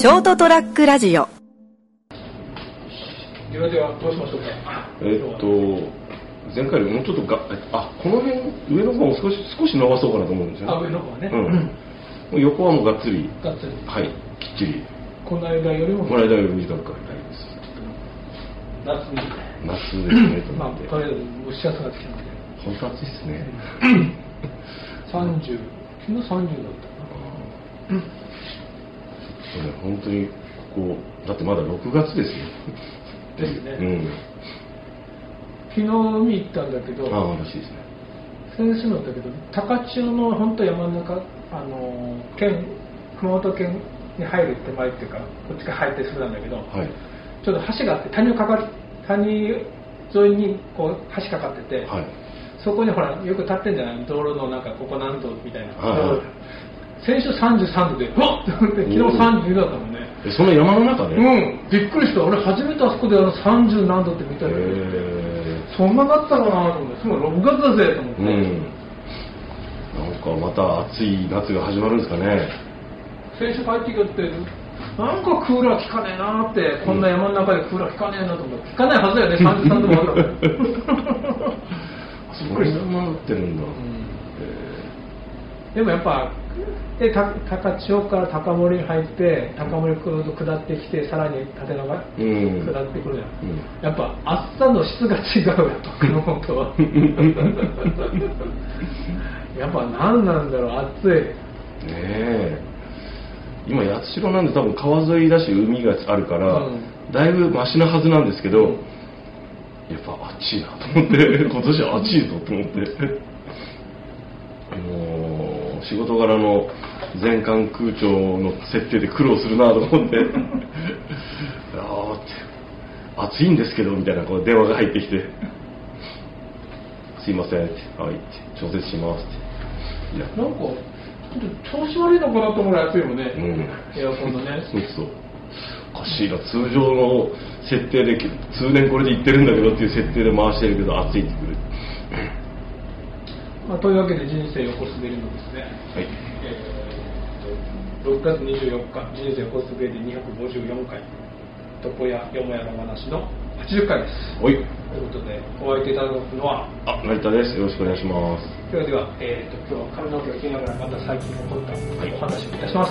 ショートトラックラジオ。 ではどうしましょうか。 前回よりもうちょっとこの辺上の方も少し伸ばそうかなと思うんですよね。 上の方はね、 もう横はもうがっつりはい、 きっちり。 この間よりも短くやります。 夏ですね。 まあとりあえず蒸し暑くなってきたので。 本当暑いですね。 昨日30だったかな。 本当にここだってまだ6月ですよ。 ですね。昨日海行ったんだけど、 らしいですね。 先週のだけど、高千穂の本当山の中、熊本県に入る手前っていうか、こっちから入ってするんだけど、ちょっと橋があって、谷沿いにこう橋かかってて、そこにほらよく立ってんじゃない、道路のなんかここ何度みたいな。先週33度で、わっって思って、昨日32度だったもんね。 その山の中で？ びっくりした。俺初めてあそこで30何度って見たけど、そんなだったかなと思って、すごい6月だぜと思って。 なんかまた暑い夏が始まるんですかね。 先週帰ってきてって、なんかクーラー効かねえなって、こんな山の中でクーラー効かねえなと思って、効かないはずだよね、33度もあったから。 そんななってるんだ。 でもやっぱ高千穂から高森に入って、高森下ってきて、さらに立野が下ってくるじゃん。やっぱ暑さの質が違う、やっぱ熊本は。やっぱ何なんだろう、暑い。 今八代なんで多分川沿いだし海があるから、だいぶマシなはずなんですけど、やっぱ暑いなと思って、今年は暑いぞと思って。もう仕事柄の全館空調の設定で苦労するなと思って暑いんですけどみたいなこう電話が入ってきてすいませんって調節しますってなんかちょっと調子悪いのかなと思うぐらい暑いよね、エアコンのね。 そうおかしいな、通常の設定で通年これでいってるんだけどっていう設定で回してるけど暑いってくる。 というわけで人生横滑りのですね、6月24日人生横滑りで254回床屋よもやの話の80回です。ということでお相手いただくのは成田です。よろしくお願いします。 では今日は髪の毛を切りながらまた最近起こったお話をいたします。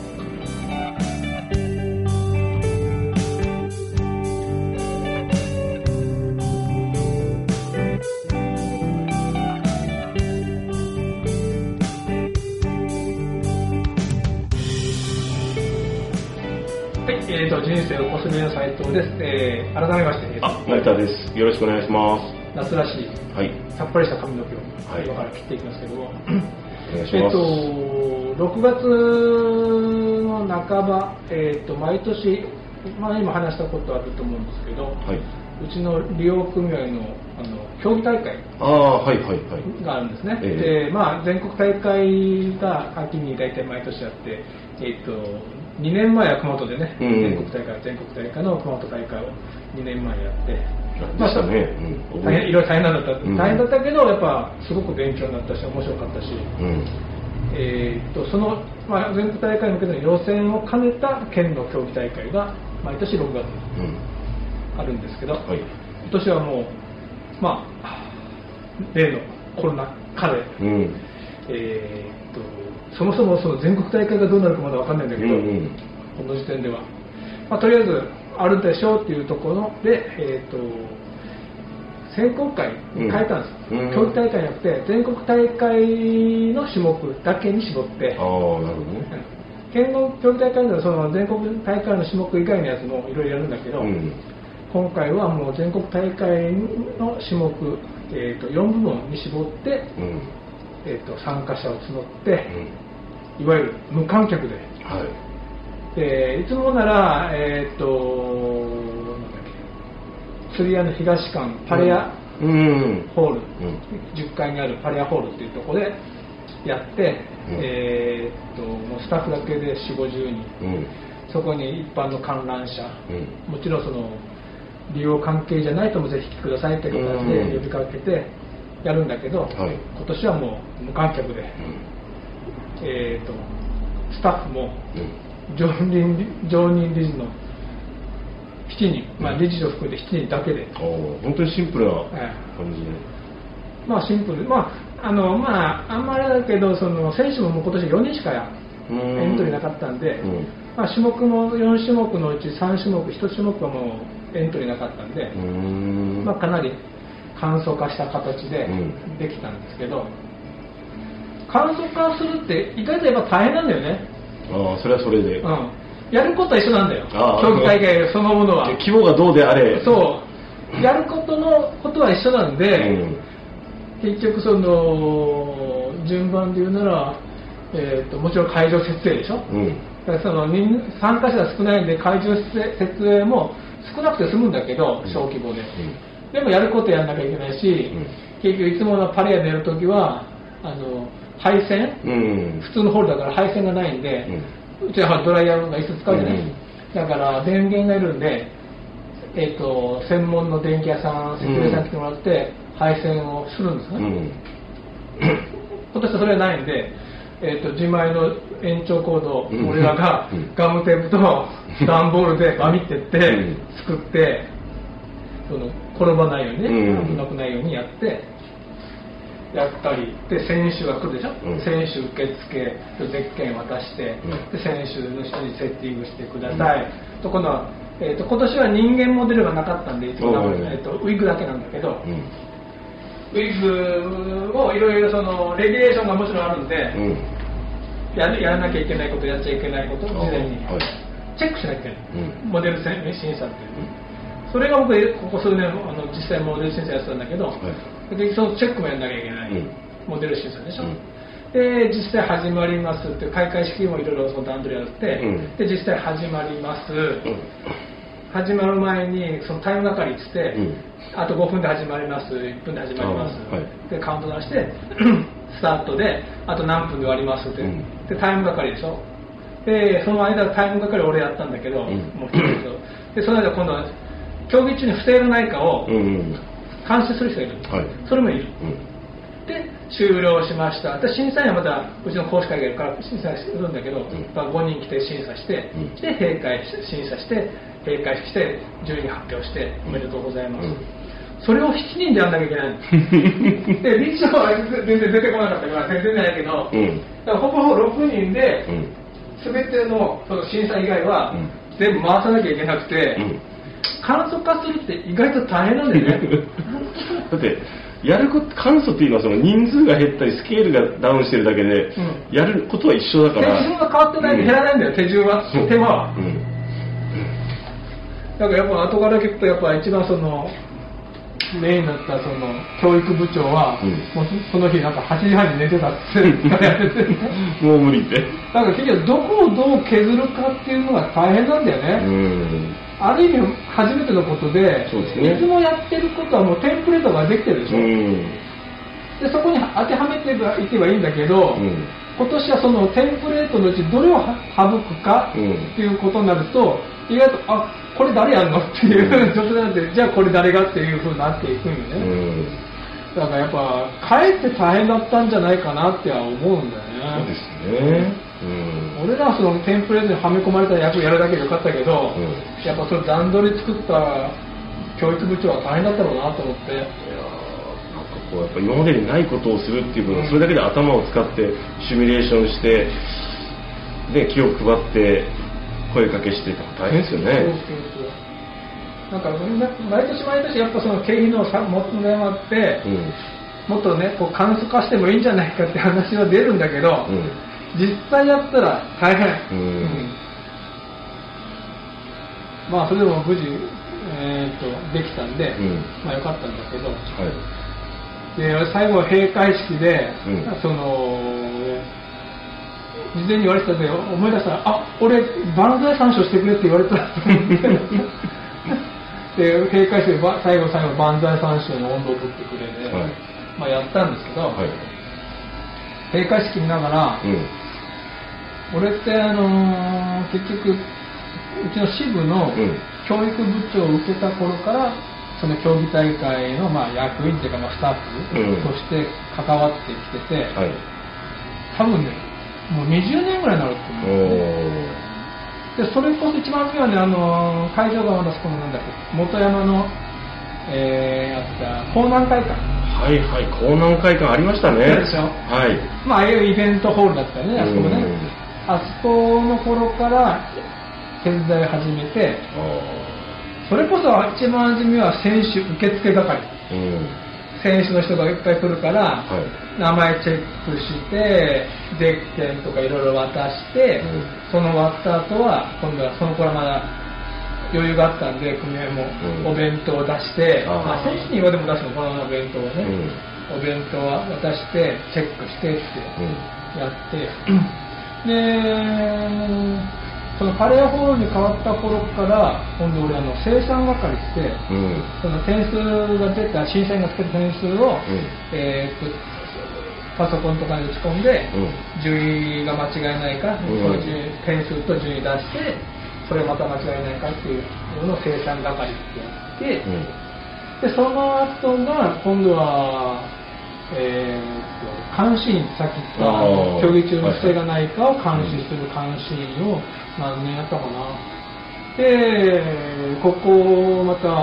人生をこすりの斉藤です。改めまして成田です。よろしくお願いします。 夏らしい、さっぱりした髪の毛を今から切っていきますけども、 お願いします。 6月の半ば、毎年、今話したことあると思うんですけど、うちの利用組合の競技大会があるんですね。で全国大会が秋に大体毎年あって、2年前は熊本でね、全国大会の熊本大会を2年前やって、いろいろ大変だったけど、やっぱすごく勉強になったし面白かったし、その、全国大会に向けての予選を兼ねた県の競技大会が毎年6月にあるんですけど、今年はもう例のコロナ禍で、そもそもその全国大会がどうなるかまだ分かんないんだけど、この時点では、とりあえずあるでしょうっていうところで、選考会に変えたんです、競技大会じゃなくて全国大会の種目だけに絞って、県の競技大会ではその全国大会の種目以外のやつもいろいろやるんだけど、今回はもう全国大会の種目、4部門に絞って、参加者を募って、いわゆる無観客で、いつもなら、釣り屋の東館パレアホール、10階にあるパレアホールっていうところでやって、もうスタッフだけで4、50人、そこに一般の観覧者、もちろんその利用関係じゃないともぜひ来てくださいって形で呼びかけてやるんだけど、今年はもう無観客で、スタッフも常任理事の7人、理事長含めて7人だけで、 本当にシンプルな感じで、 シンプル、あんまりだけど、その選手ももう今年4人しかエントリーなかったんで、種目も4種目のうち3種目、1種目はもうエントリーなかったんで、かなり簡素化した形でできたんですけど、簡素化するって意外とやっぱ大変なんだよね。 それはそれで、 やることは一緒なんだよ、競技大会そのものは。 規模がどうであれ、 そうやることは一緒なんで、結局その順番で言うなら、もちろん会場設営でしょ、だからその参加者が少ないんで会場設営も少なくて済むんだけど、小規模で、でもやることやらなきゃいけないし、結局いつものパレードやるときは配線、普通のホールだから配線がないんで、うちはドライヤーが椅子使うじゃない、だから電源がいるんで、専門の電気屋さん、設営さん来てもらって配線をするんですね、今年はそれはないんで、自前の延長コードを俺らがガムテープと段ボールでバミってって作って、転ばないようにね、危なくないようにやったりで、選手が来るでしょ、選手受付ゼッケン渡して、で選手の人にセッティングしてください、と今度は、今年は人間モデルがなかったんで、いつもウィッグだけなんだけど、ウィッグをいろいろそのレギュレーションがもちろんあるんで、やらなきゃいけないこと、やっちゃいけないことを事前にチェックしなきゃいけない、モデル審査っていう、それが僕ここ数年実際モデル審査やってたんだけど、でそのチェックもやらなきゃいけない、モデル審査でしょ、で実際始まりますって開会式もいろいろその段取りやって、で実際始まります、始まる前にそのタイム係っつって、あと5分で始まります、1分で始まります、でカウントダウンしてスタートであと何分で終わりますって、でタイム係でしょ、でその間タイム係俺やったんだけど、もう一人でその間今度は競技中に不正がないかを監視する人がいる、それもいる、で終了しました。で審査員はまたうちの講師会がいるから審査するんだけど、5人来て審査して、で閉会審査して閉会して順位発表しておめでとうございます、それを7人でやんなきゃいけないで理事長は全然出てこなかったから全然ないけど、だからほぼほぼ6人で、全てのその審査以外は全部回さなきゃいけなくて、簡素化するって意外と大変なんだよねだってやること簡素っていうのはその人数が減ったりスケールがダウンしてるだけで、やることは一緒だから手順が変わってないと減らないんだよ、手順は、手間は、だからやっぱ後から聞くとやっぱ一番そのメインになったその教育部長は、もうその日なんか8時半に寝てたってやっててもう無理って。 だから結局どこをどう削るかっていうのが大変なんだよね、ある意味初めてのことで、いつもやってることはもうテンプレートができてるでしょ、でそこに当てはめていけばいいんだけど、今年はそのテンプレートのうちどれを省くかっていうことになると、意外とこれ誰やるのっていう状態なんで、じゃあこれ誰がっていうふうになっていくんよね、だからやっぱかえって大変だったんじゃないかなっては思うんだよね。 そうですね、 俺らはそのテンプレートにはめ込まれた役やるだけでよかったけど、やっぱその段取り作った教育部長は大変だったろうなと思って。 いやこうやっぱ今までにないことをするっていうこと、それだけで頭を使ってシミュレーションして、で気を配って声かけして大変ですよね。 なんか毎年毎年やっぱその経費の問題もあって、もっとねこう簡素化してもいいんじゃないかって話は出るんだけど、実際やったら大変、まあそれでも無事、できたんで、まあよかったんだけど、で最後は閉会式で、その事前に言われてたんで思い出したら、俺万歳三唱してくれって言われたで閉会式で最後万歳三唱の音頭を取ってくれで、まあやったんですけど、閉会式見ながら、俺って結局うちの支部の教育部長を受けた頃からその競技大会の役員というかスタッフとして関わってきてて、多分ねもう20年ぐらいになると思うんですね。 でそれこそ一番目はね、会場がまだそこのなんだっけ、元山の、あった港南会館。 はいはい、港南会館ありましたね。 そうでしょ。 はい。 まあ、ああいうイベントホールだったよね、あそこもね。あそこの頃から手伝い始めて、それこそ一番初めは選手受付係。選手の人がいっぱい来るから、名前チェックしてゼッケンとかいろいろ渡して、その終わった後は今度はその頃はまだ余裕があったんで組合もお弁当を出して、選手にはでも出すのこのお弁当をね、お弁当を渡してチェックしてってやって、でそのパレーホールに変わった頃から今度俺生産係して、その点数が出た審査員がつけた点数を、パソコンとかに打ち込んで、順位が間違いないか、その点数と順位出してそれをまた間違いないかっていうのを生産係ってやって、でその後が今度は監視員、さっき言った競技中の不正がないかを監視する監視員を何年やったかな。でここまた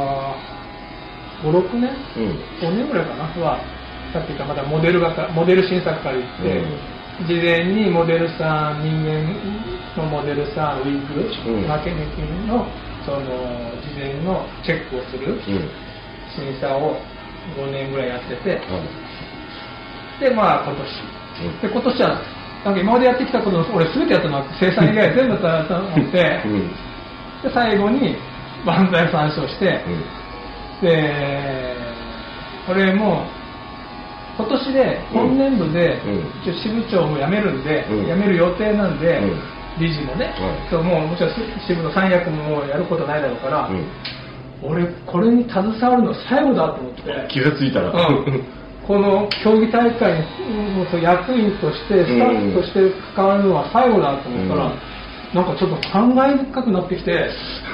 5、6年、5年ぐらいかなはさっき言ったまたモデル審査係行って、事前にモデルさん、人間のモデルさん、ウィッグ、マケネキンのその事前のチェックをする審査を5年ぐらいやってて、でまあ今年、で今年はなんか今までやってきたことを俺全てやったのは生産以外全部やったのって、で最後に万歳三唱して、でこれも今年で今年度で一応支部長も辞めるんで、辞める予定なんで、理事もね、もちろん支部の三役ももうやることないだろうから、俺これに携わるの最後だと思って、 気がついたら、 この競技大会に役員としてスタッフとして関わるのは最後だと思ったら、なんかちょっと感慨深くなってきて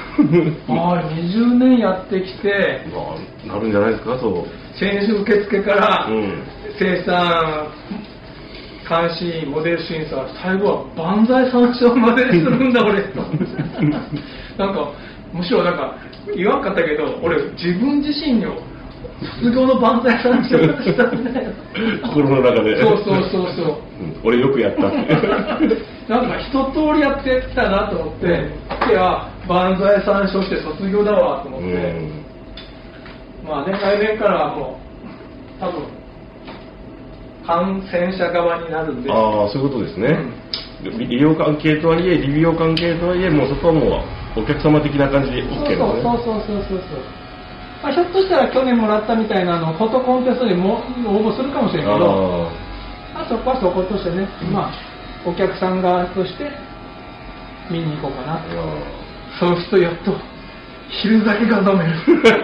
20年やってきてなるんじゃないですか。そう選手受付から、生産監視員モデル審査、最後は万歳三唱までするんだ俺なんかむしろなんか言わんかったけど俺自分自身を卒業の万歳三唱したみたいな心の中でそう、 俺よくやったなんか一通りやってきたなと思って、いや万歳三唱して卒業だわと思って、まあね、来年からはもう多分感染者側になるんで、 そういうことですね、医療関係とはいえ理美容関係とはいえもうそこはもうお客様的な感じで OK なんですね。 そう、まあ、ひょっとしたら去年もらったみたいなフォトコンテストにも応募するかもしれないけど、そこはそことしてね、まあお客さん側として見に行こうかな、そうするとやっと昼酒が飲める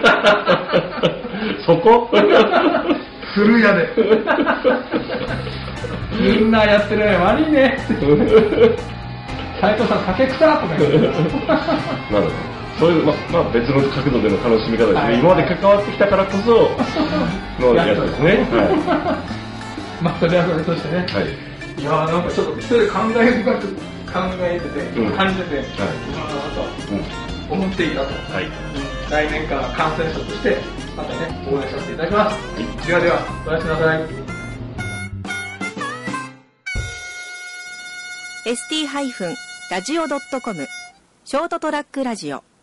そこ鶴屋でみんなやってるね、悪いね斉藤さん酒臭とか言ってなるほど、そういう、まあ、別の角度での楽しみ方ですね、今まで関わってきたからこそのやつですねまあそれはそれとしてね、いやなんかちょっと一人で感慨深く考えてて、感じてて、と思っていたと、来年から感染者としてまたね応援させていただきます。ではではおやすみなさい。 ST-radio.com ショートトラックラジオ